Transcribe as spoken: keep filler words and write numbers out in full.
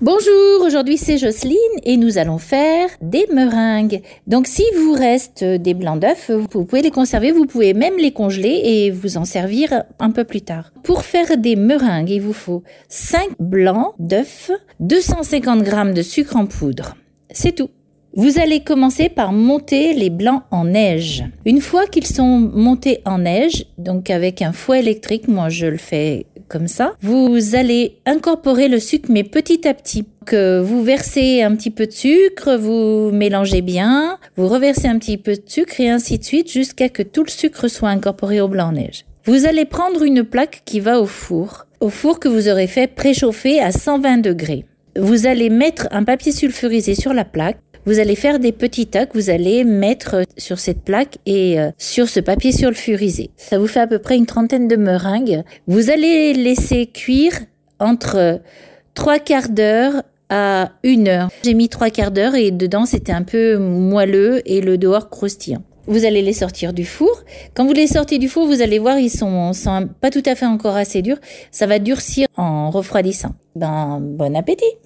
Bonjour, aujourd'hui c'est Jocelyne et nous allons faire des meringues. Donc s'il vous reste des blancs d'œufs, vous pouvez les conserver, vous pouvez même les congeler et vous en servir un peu plus tard. Pour faire des meringues, il vous faut cinq blancs d'œufs, deux cent cinquante grammes de sucre en poudre. C'est tout. Vous allez commencer par monter les blancs en neige. Une fois qu'ils sont montés en neige, donc avec un fouet électrique, moi je le fais comme ça, vous allez incorporer le sucre mais petit à petit. Que vous versez un petit peu de sucre, vous mélangez bien, vous reversez un petit peu de sucre et ainsi de suite jusqu'à que tout le sucre soit incorporé au blanc en neige. Vous allez prendre une plaque qui va au four, au four que vous aurez fait préchauffer à cent vingt degrés. Vous allez mettre un papier sulfurisé sur la plaque. Vous allez faire des petits tas que vous allez mettre sur cette plaque et euh, sur ce papier sulfurisé. Ça vous fait à peu près une trentaine de meringues. Vous allez laisser cuire entre trois quarts d'heure à une heure. J'ai mis trois quarts d'heure et dedans c'était un peu moelleux et le dehors croustillant. Vous allez les sortir du four. Quand vous les sortez du four, vous allez voir, ils sont, sont pas tout à fait encore assez durs. Ça va durcir en refroidissant. Ben, bon appétit!